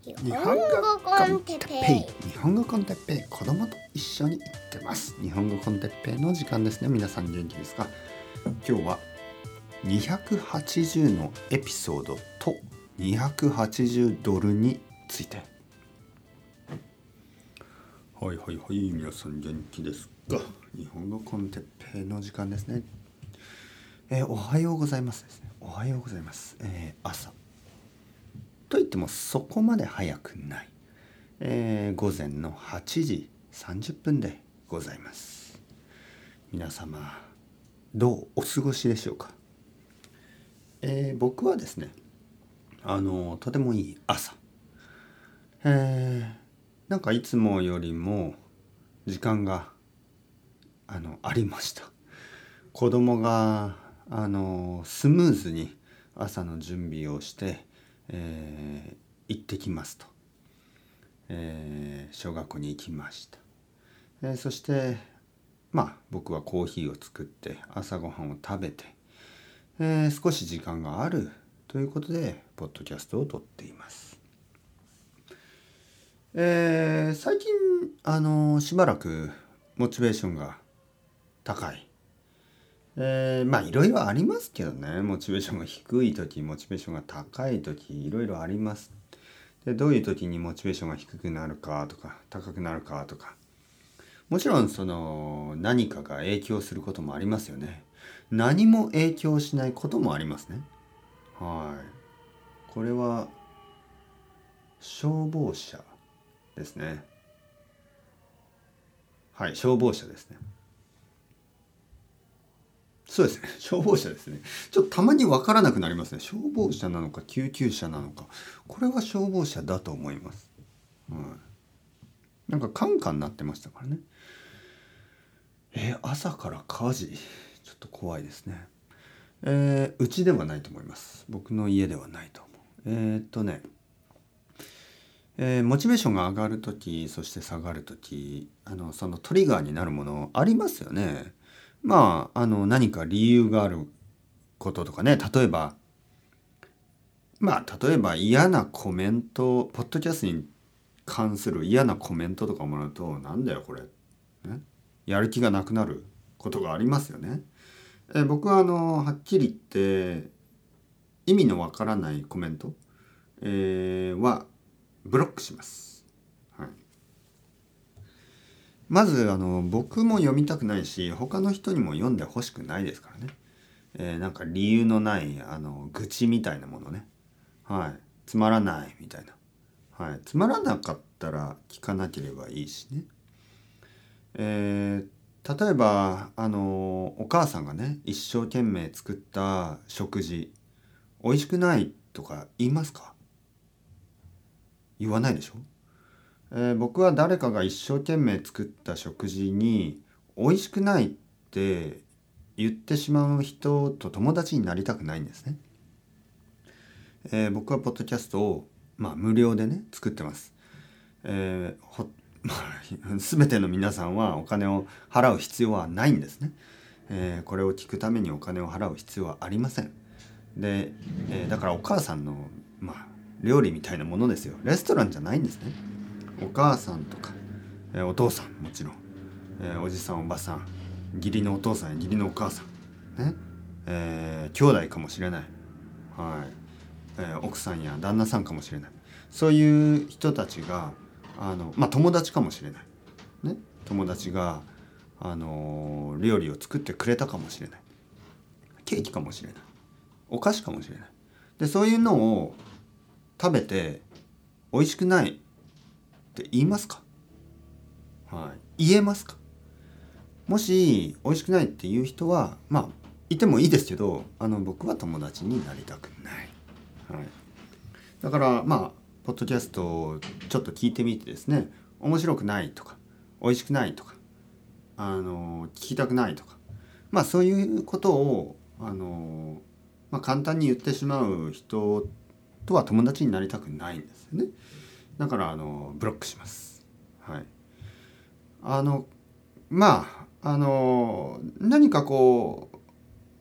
日本語コンテッペイ、日本語コンテッペイ、子供と一緒に行ってます。日本語コンテッペイの時間ですね。皆さん元気ですか？今日は280のエピソードと280ドルについて。はい、皆さん元気ですか？日本語コンテッペイの時間ですね。おはようございますですね。おはようございます。朝といってもそこまで早くない、午前の8時30分でございます。皆様どうお過ごしでしょうか？僕はですね、とてもいい朝、なんかいつもよりも時間がありました。子供がスムーズに朝の準備をして行ってきますと、小学校に行きました。そして僕はコーヒーを作って朝ごはんを食べて、少し時間があるということでポッドキャストを撮っています。最近しばらくモチベーションが高い。いろいろありますけどね。モチベーションが低い時、モチベーションが高い時、いろいろあります。で、どういう時にモチベーションが低くなるかとか高くなるかとか、もちろんその何かが影響することもありますよね。何も影響しないこともありますね。はい。これは消防車ですね。はい、消防車ですね。そうですね、消防車ですね。ちょっとたまに分からなくなりますね。消防車なのか救急車なのか。これは消防車だと思います。なんかカンカンなってましたからね。朝から火事、ちょっと怖いですね。うちではないと思います。僕の家ではないと思う。モチベーションが上がるとき、そして下がるとき、そのトリガーになるものありますよね。何か理由があることとかね、例えば嫌なコメント、ポッドキャストに関する嫌なコメントとかもらうと、なんだよこれ、ね、やる気がなくなることがありますよね。僕ははっきり言って意味のわからないコメント、はブロックします。はい、まず僕も読みたくないし、他の人にも読んでほしくないですからね。なんか理由のない愚痴みたいなものね。はい、つまらないみたいな。はい、つまらなかったら聞かなければいいしね。例えばお母さんがね一生懸命作った食事美味しくないとか言いますか？言わないでしょ。僕は誰かが一生懸命作った食事に美味しくないって言ってしまう人と友達になりたくないんですね。僕はポッドキャストを無料でね作ってます。全ての皆さんはお金を払う必要はないんですね。これを聞くためにお金を払う必要はありません。で、だからお母さんの料理みたいなものですよ。レストランじゃないんですね。お母さんとか、お父さんもちろん、おじさんおばさん、義理のお父さんや義理のお母さんね、兄弟かもしれない。はい、奥さんや旦那さんかもしれない。そういう人たちが友達かもしれないね。友達が料理を作ってくれたかもしれない。ケーキかもしれない。お菓子かもしれない。でそういうのを食べて美味しくないって言いますか？はい、言えますか？もし美味しくないっていう人はいてもいいですけど、僕は友達になりたくない。はい、だからポッドキャストをちょっと聞いてみてですね、面白くないとか美味しくないとか聞きたくないとかそういうことを簡単に言ってしまう人とは友達になりたくないんですよね。だからブロックします。はい。何かこ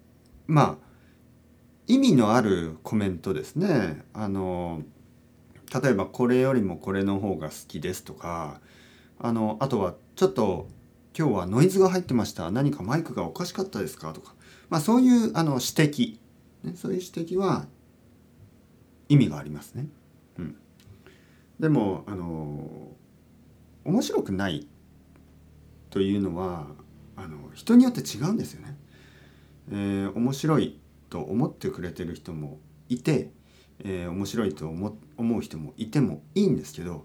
う意味のあるコメントですね。 例えばこれよりもこれの方が好きですとか、あとはちょっと今日はノイズが入ってました、何かマイクがおかしかったですかとか、そういう指摘、ね、そういう指摘は意味がありますね。でも面白くないというのは人によって違うんですよね。面白いと思ってくれてる人もいて、面白いと思う人もいてもいいんですけど、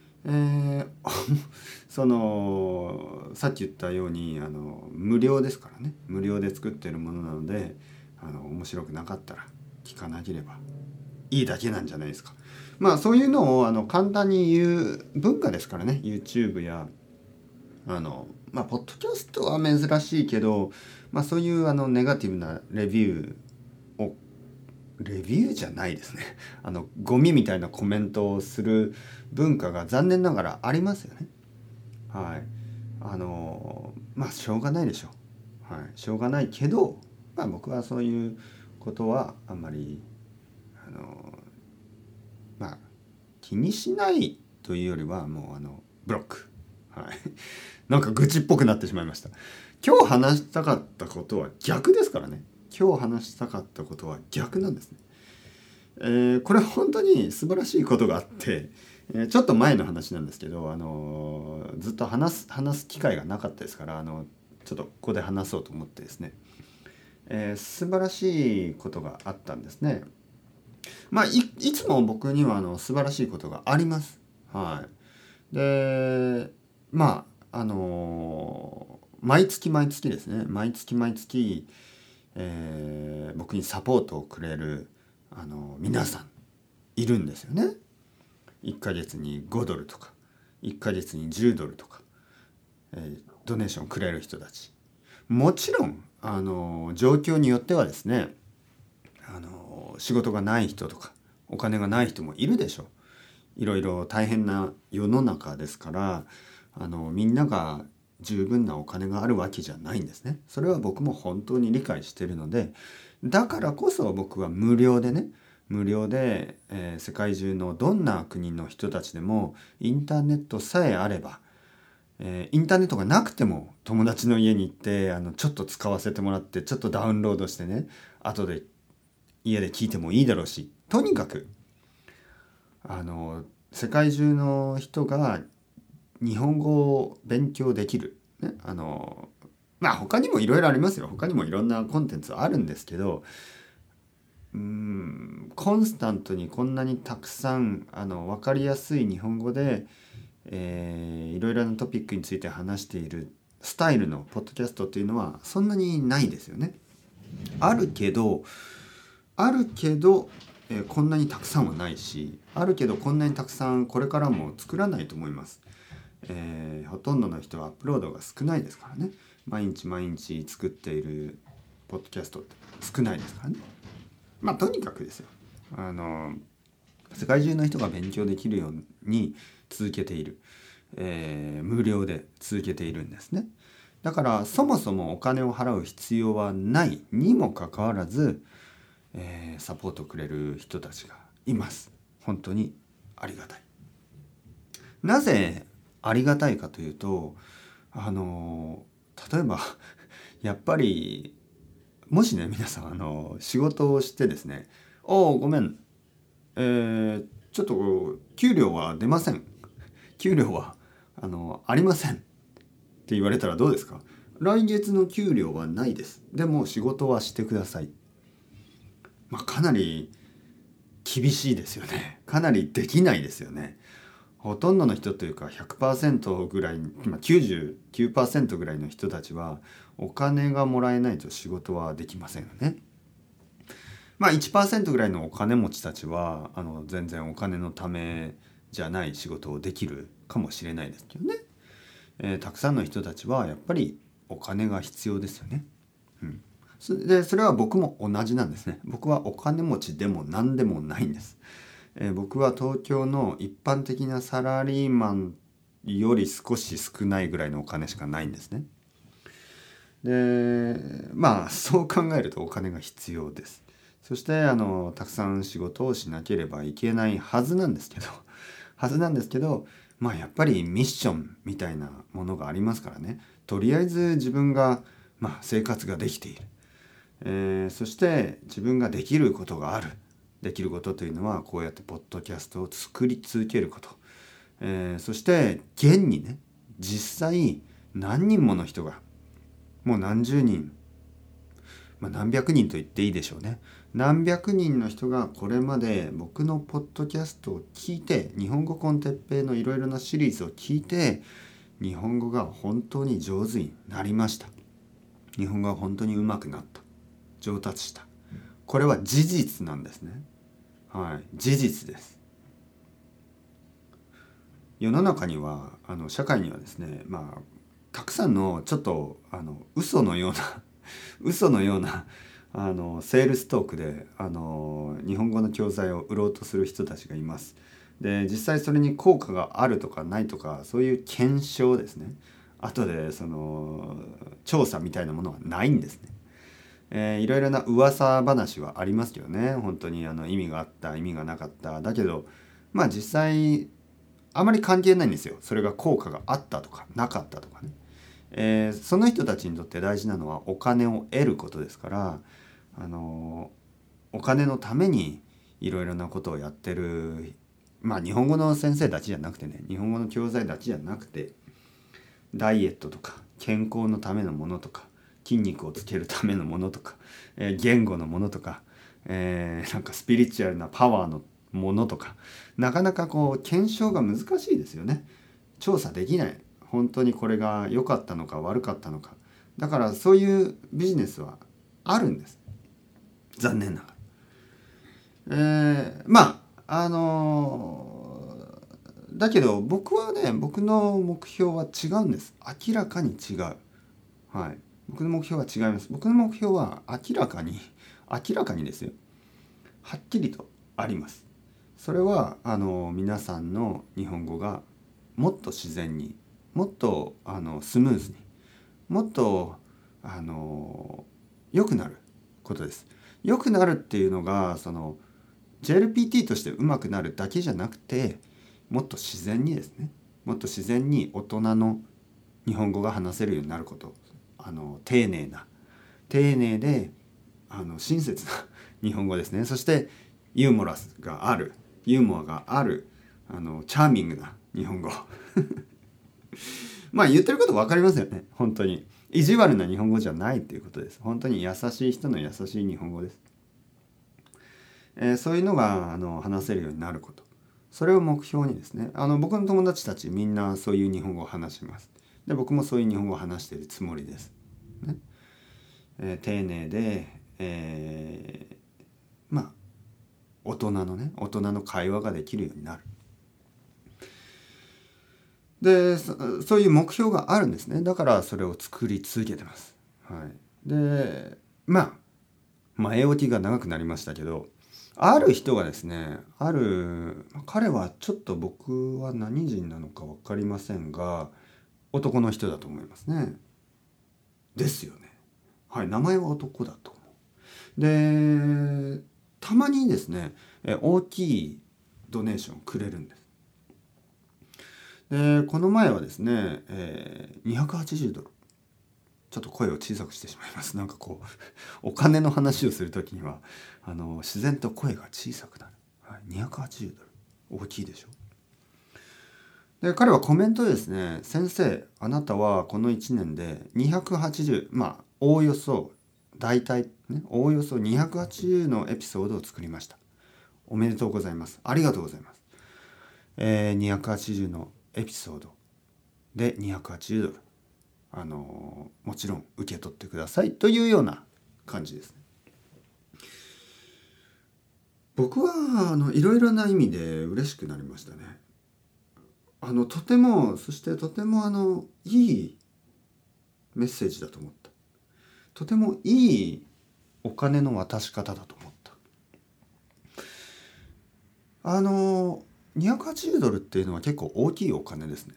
さっき言ったように無料ですからね、無料で作ってるものなので面白くなかったら聞かなければいいだけなんじゃないですか。そういうのを簡単に言う文化ですからね。 YouTube やポッドキャストは珍しいけど、そういうネガティブなレビューじゃないですねゴミみたいなコメントをする文化が残念ながらありますよね。はい。しょうがないでしょう。はい。しょうがないけど、僕はそういうことはあんまり気にしないというよりはもうブロック。はい。なんか愚痴っぽくなってしまいました。今日話したかったことは逆ですからね。今日話したかったことは逆なんですね。これ本当に素晴らしいことがあって、ちょっと前の話なんですけど、ずっと話す機会がなかったですから、ちょっとここで話そうと思ってですね、素晴らしいことがあったんですね。いつも僕には素晴らしいことがあります。はい。で、毎月毎月ですね、毎月毎月、僕にサポートをくれる皆さんいるんですよね。1ヶ月に$5とか1ヶ月に$10とか、ドネーションくれる人たち、もちろん状況によってはですね、仕事がない人とかお金がない人もいるでしょう。いろいろ大変な世の中ですから、みんなが十分なお金があるわけじゃないんですね。それは僕も本当に理解しているので、だからこそ僕は無料で、世界中のどんな国の人たちでもインターネットさえあれば、インターネットがなくても友達の家に行ってちょっと使わせてもらって、ちょっとダウンロードしてね、後で家で聞いてもいいだろうし、とにかく世界中の人が日本語を勉強できる、ね、他にもいろいろありますよ。他にもいろんなコンテンツあるんですけど、コンスタントにこんなにたくさん分かりやすい日本語で、いろいろなトピックについて話しているスタイルのポッドキャストっていうのはそんなにないですよね。あるけど、こんなにたくさんはないし、あるけどこんなにたくさんこれからも作らないと思います。ほとんどの人はアップロードが少ないですからね。毎日毎日作っているポッドキャストって少ないですからね。とにかくですよ、世界中の人が勉強できるように続けている、無料で続けているんですね。だからそもそもお金を払う必要はないにもかかわらず、サポートくれる人たちがいます。本当にありがたい。なぜありがたいかというと、例えばやっぱりもしね、皆さん仕事をしてですね、ごめん、ちょっと給料は出ません、給料はありませんって言われたらどうですか。来月の給料はないです、でも仕事はしてください。かなり厳しいですよね。かなりできないですよね。ほとんどの人というか 100% ぐらい、99% ぐらいの人たちはお金がもらえないと仕事はできませんよね。1% ぐらいのお金持ちたちは全然お金のためじゃない仕事をできるかもしれないですけどね。たくさんの人たちはやっぱりお金が必要ですよね。それは僕も同じなんですね。僕はお金持ちでも何でもないんです。僕は東京の一般的なサラリーマンより少し少ないぐらいのお金しかないんですね。で、そう考えるとお金が必要です。 そしてたくさん仕事をしなければいけないはずなんですけどまあやっぱりミッションみたいなものがありますからね。とりあえず自分が、生活ができている、そして自分ができることがある。できることというのはこうやってポッドキャストを作り続けること、そして現にね、実際何人もの人が、もう何十人、何百人と言っていいでしょうね。何百人の人がこれまで僕のポッドキャストを聞いて、日本語コンテッペイのいろいろなシリーズを聞いて、日本語が本当に上手になりました。日本語が本当に上手くなった。上達した。これは事実なんですね。はい、事実です。世の中には社会にはですね、たくさんのちょっと嘘のような嘘のようなセールストークで日本語の教材を売ろうとする人たちがいます。で、実際それに効果があるとかないとか、そういう検証ですね。後でその調査みたいなものはないんですね。いろいろな噂話はありますけどね。本当に意味があった意味がなかった。だけど実際あまり関係ないんですよ。それが効果があったとかなかったとかね。その人たちにとって大事なのはお金を得ることですから、お金のためにいろいろなことをやってる、日本語の先生たちじゃなくてね、日本語の教材たちじゃなくて、ダイエットとか健康のためのものとか、筋肉をつけるためのものとか、言語のものとか、なんかスピリチュアルなパワーのものとか、なかなか検証が難しいですよね。調査できない。本当にこれが良かったのか悪かったのか。だからそういうビジネスはあるんです。残念ながら。だけど僕はね、僕の目標は違うんです。明らかに違う。はい。僕の目標は違います。僕の目標は明らかにですよ。はっきりとあります。それは皆さんの日本語がもっと自然に、もっとスムーズに、もっと良くなることです。良くなるっていうのがJLPT として上手くなるだけじゃなくて、もっと自然にですね、もっと自然に大人の日本語が話せるようになること、丁寧で親切な日本語ですね。そしてユーモアがあるチャーミングな日本語言ってること分かりますよね。本当に意地悪な日本語じゃないっていうことです。本当に優しい人の優しい日本語です。そういうのが話せるようになること、それを目標にですね、僕の友達たちみんなそういう日本語を話します。で、僕もそういう日本語を話しているつもりです、ね。丁寧で、大人の会話ができるようになる。で、そういう目標があるんですね。だからそれを作り続けてます。はい。で、前置きが長くなりましたけど、ある人がですね、彼はちょっと僕は何人なのか分かりませんが、男の人だと思いますね。ですよね。はい、名前は男だと思う。で、たまにですね、大きいドネーションをくれるんです。で、この前はですね、280ドル。ちょっと声を小さくしてしまいます。なんかお金の話をするときには自然と声が小さくなる。はい、280ドル。大きいでしょ。で、彼はコメントでですね、先生、あなたはこの1年で280、おおよそ280のエピソードを作りました。おめでとうございます。ありがとうございます。280のエピソードで280ドル。もちろん受け取ってくださいというような感じですね。僕はいろいろな意味で嬉しくなりましたね。とてもいいメッセージだと思った。とてもいいお金の渡し方だと思った。280ドルっていうのは結構大きいお金ですね。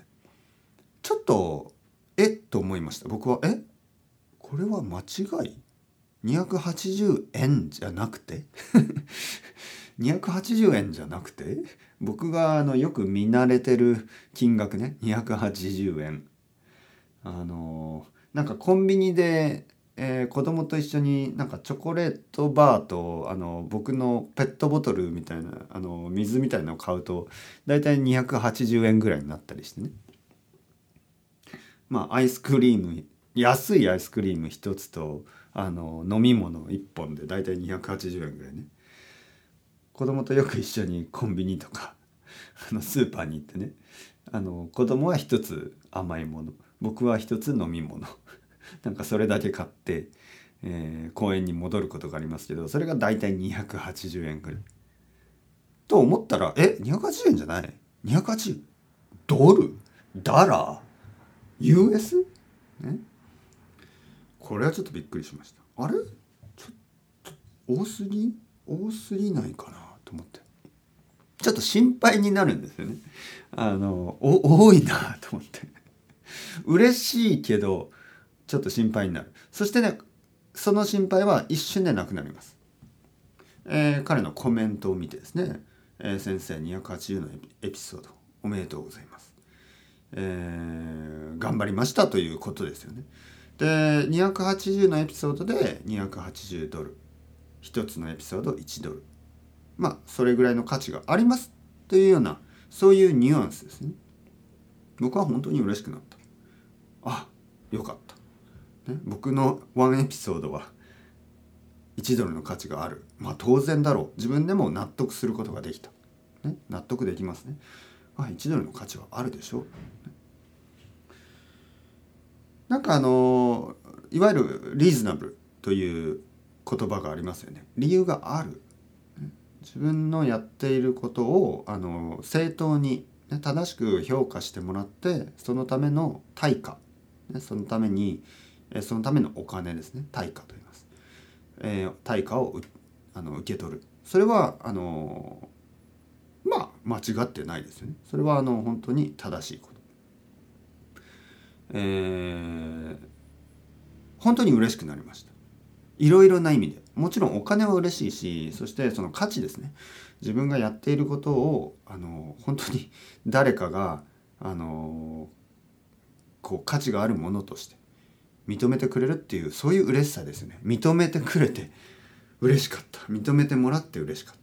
ちょっとと思いました。僕はこれは間違い 280円じゃなくて280円じゃなくて、僕がよく見慣れてる金額ね、280円。なんかコンビニで、子供と一緒になんかチョコレートバーと僕のペットボトルみたいな水みたいなのを買うとだいたい280円ぐらいになったりしてね。まあアイスクリーム、安いアイスクリーム一つと飲み物一本でだいたい280円ぐらいね。子供とよく一緒にコンビニとかスーパーに行ってね、子供は一つ甘いもの、僕は一つ飲み物なんかそれだけ買って、公園に戻ることがありますけど、それがだいたい280円ぐらいと思ったら、280円じゃない、280ドルダラー US ね。これはちょっとびっくりしました。あれちょっと多すぎないかなと思って、ちょっと心配になるんですよね。多いなと思って嬉しいけどちょっと心配になる。そしてね、その心配は一瞬でなくなります。彼のコメントを見てですね、先生280のエピソードおめでとうございます、頑張りましたということですよね。で280のエピソードで280ドル、一つのエピソード1ドル、まあそれぐらいの価値がありますというような、そういうニュアンスですね。僕は本当に嬉しくなった。あ、よかった、ね、僕のワンエピソードは1ドルの価値がある。まあ当然だろう。自分でも納得することができた、ね、納得できますね。1ドルの価値はあるでしょ。なんかいわゆるリーズナブルという言葉がありますよね。理由がある。自分のやっていることを正当に、ね、正しく評価してもらって、そのための対価、ね、そのためのお金ですね、対価と言います。対価を受け取る。それはまあ間違ってないですよね。それは本当に正しいこと。本当に嬉しくなりました。いろいろな意味で。もちろんお金は嬉しいし、そしてその価値ですね。自分がやっていることを本当に誰かがこう価値があるものとして認めてくれるっていう、そういう嬉しさですね。認めてくれて嬉しかった。認めてもらって嬉しかった。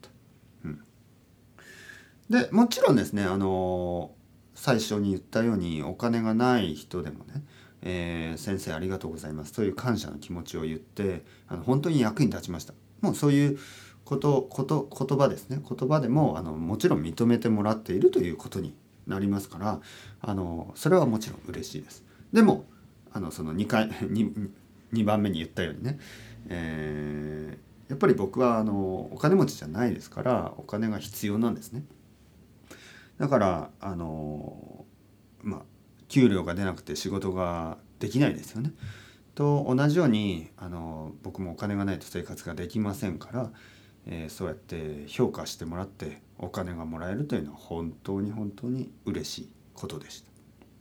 でもちろんですね、最初に言ったようにお金がない人でもね、先生ありがとうございますという感謝の気持ちを言って本当に役に立ちました。もうそういう言葉ですね。言葉でももちろん認めてもらっているということになりますから、それはもちろん嬉しいです。でもその2番目に言ったようにね、やっぱり僕はお金持ちじゃないですから、お金が必要なんですね。だからまあ給料が出なくて仕事ができないですよね。と同じように僕もお金がないと生活ができませんから、そうやって評価してもらってお金がもらえるというのは本当に本当に嬉しいことでした。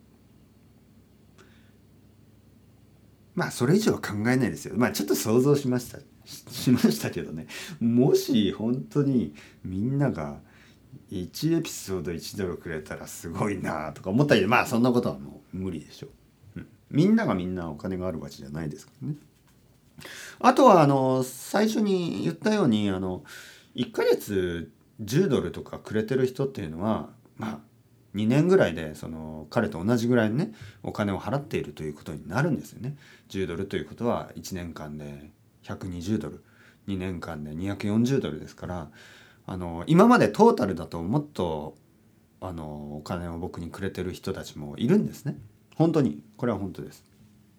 まあそれ以上は考えないですよ。まあちょっと想像しましたけどね。もし本当にみんなが1エピソード1ドルくれたらすごいなとか思ったり、まあそんなことはもう無理でしょう。みんながみんなお金があるわけじゃないですからね。あとは最初に言ったように1ヶ月10ドルとかくれてる人っていうのはまあ2年ぐらいで彼と同じぐらいのねお金を払っているということになるんですよね。10ドルということは1年間で120ドル、2年間で240ドルですから、今までトータルだともっとお金を僕にくれてる人たちもいるんですね。本当にこれは本当です。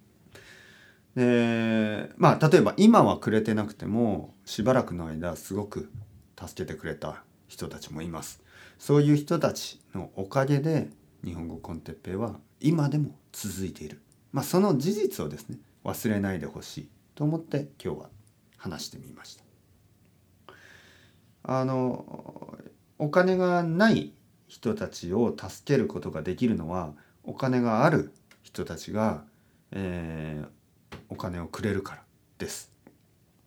まあ例えば今はくれてなくてもしばらくの間すごく助けてくれた人たちもいます。そういう人たちのおかげで日本語コンテッペイは今でも続いている。まあその事実をですね忘れないでほしいと思って今日は話してみました。お金がない人たちを助けることができるのはお金がある人たちが、お金をくれるからです。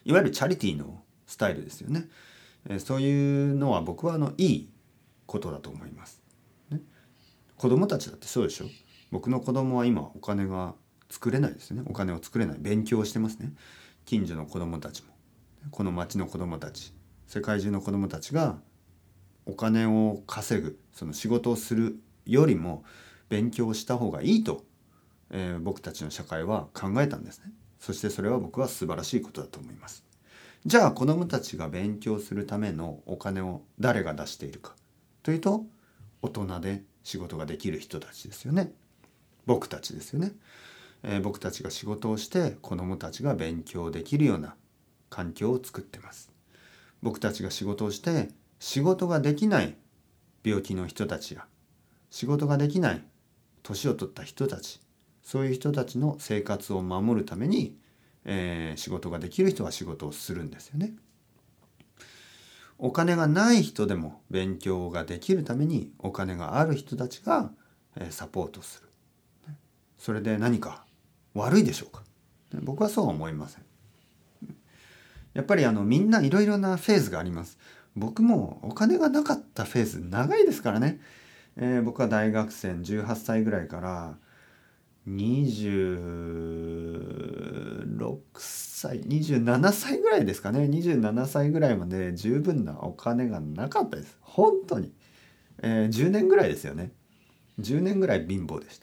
いわゆるチャリティーのスタイルですよね。そういうのは僕はいいことだと思います、ね。子供たちだってそうでしょ。僕の子供は今お金が作れないですよね。お金を作れない。勉強をしてますね。近所の子供たちも、この町の子供たち、世界中の子供たちがお金を稼ぐ、その仕事をするよりも勉強をした方がいいと、僕たちの社会は考えたんですね。そしてそれは僕は素晴らしいことだと思います。じゃあ子どもたちが勉強するためのお金を誰が出しているかというと、大人で仕事ができる人たちですよね。僕たちですよね。僕たちが仕事をして子どもたちが勉強できるような環境を作ってます。僕たちが仕事をして仕事ができない病気の人たちや仕事ができない年を取った人たち、そういう人たちの生活を守るために、仕事ができる人は仕事をするんですよね。お金がない人でも勉強ができるためにお金がある人たちがサポートする。それで何か悪いでしょうか。僕はそうは思いません。やっぱりみんないろいろなフェーズがあります。僕もお金がなかったフェーズ長いですからね。僕は大学生18歳ぐらいから26歳27歳ぐらいですかね。27歳ぐらいまで十分なお金がなかったです。本当に、10年ぐらいですよね。10年ぐらい貧乏でした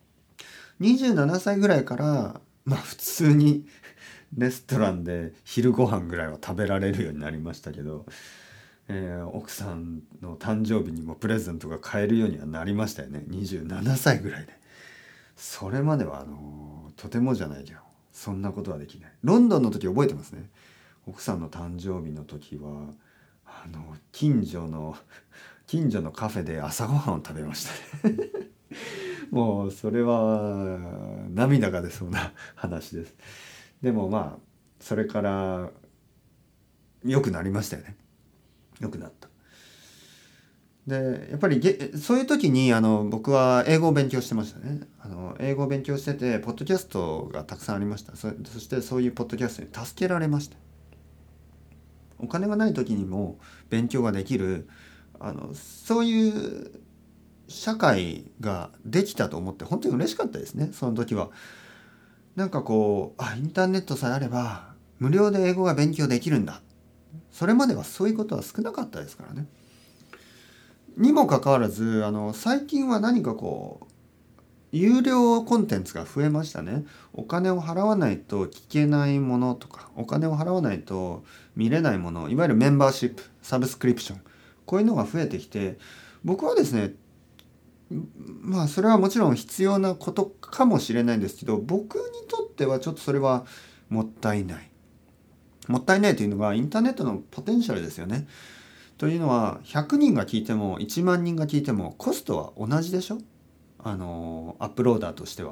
。27歳ぐらいから普通にレストランで昼ご飯ぐらいは食べられるようになりましたけど、奥さんの誕生日にもプレゼントが買えるようにはなりましたよね。27歳ぐらいで。それまではとてもじゃないけどそんなことはできない。ロンドンの時覚えてますね。奥さんの誕生日の時は近所のカフェで朝ごはんを食べましたね。もうそれは涙が出そうな話です。でもそれから良くなりましたよね。良くなった。でやっぱりそういう時に僕は英語を勉強してましたね。英語を勉強しててポッドキャストがたくさんありました。そしてそういうポッドキャストに助けられました。お金がない時にも勉強ができるそういう社会ができたと思って本当に嬉しかったですね。その時はなんかインターネットさえあれば無料で英語が勉強できるんだ。それまではそういうことは少なかったですからね。にもかかわらず最近は何か有料コンテンツが増えましたね。お金を払わないと聞けないものとか、お金を払わないと見れないもの、いわゆるメンバーシップ、サブスクリプション、こういうのが増えてきて、僕はですね、それはもちろん必要なことかもしれないんですけど、僕にとってはちょっとそれはもったいない。もったいないというのがインターネットのポテンシャルですよね。というのは100人が聞いても1万人が聞いてもコストは同じでしょ。アップローダーとしては、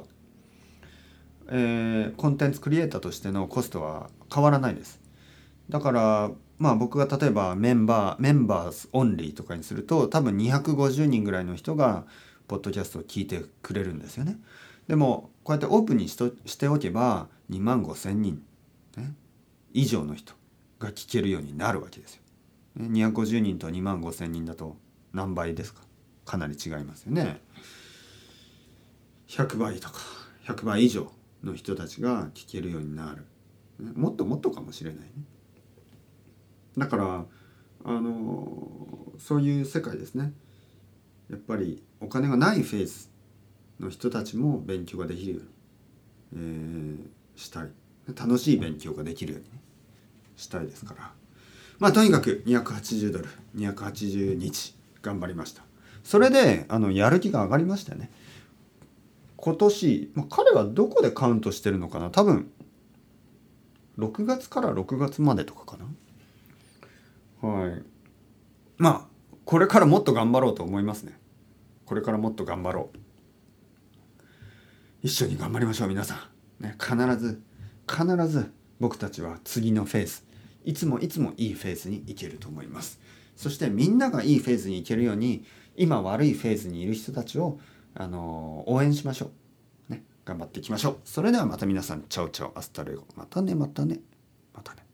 コンテンツクリエイターとしてのコストは変わらないです。だから僕が例えばメンバーズオンリーとかにすると多分250人ぐらいの人がポッドキャストを聞いてくれるんですよね。でもこうやってオープンにしておけば2万5千人、ね、以上の人が聞けるようになるわけですよ。250人と2万5千人だと何倍ですか。かなり違いますよね。100倍とか100倍以上の人たちが聞けるようになる。もっともっとかもしれないね。だからそういう世界ですね。やっぱりお金がないフェーズの人たちも勉強ができるように、したい。楽しい勉強ができるように、したいですから。とにかく280ドル280日頑張りました。それでやる気が上がりましたよね。今年、彼はどこでカウントしてるのかな。多分6月から6月までとかかな。はい。これからもっと頑張ろうと思いますね。これからもっと頑張ろう。一緒に頑張りましょう皆さん。ね、必ず僕たちは次のフェーズ、いつもいいフェーズに行けると思います。そしてみんながいいフェーズに行けるように、今悪いフェーズにいる人たちを応援しましょう。ね、頑張っていきましょう。それではまた皆さん、チャオチャオ、アスタレゴ。またね。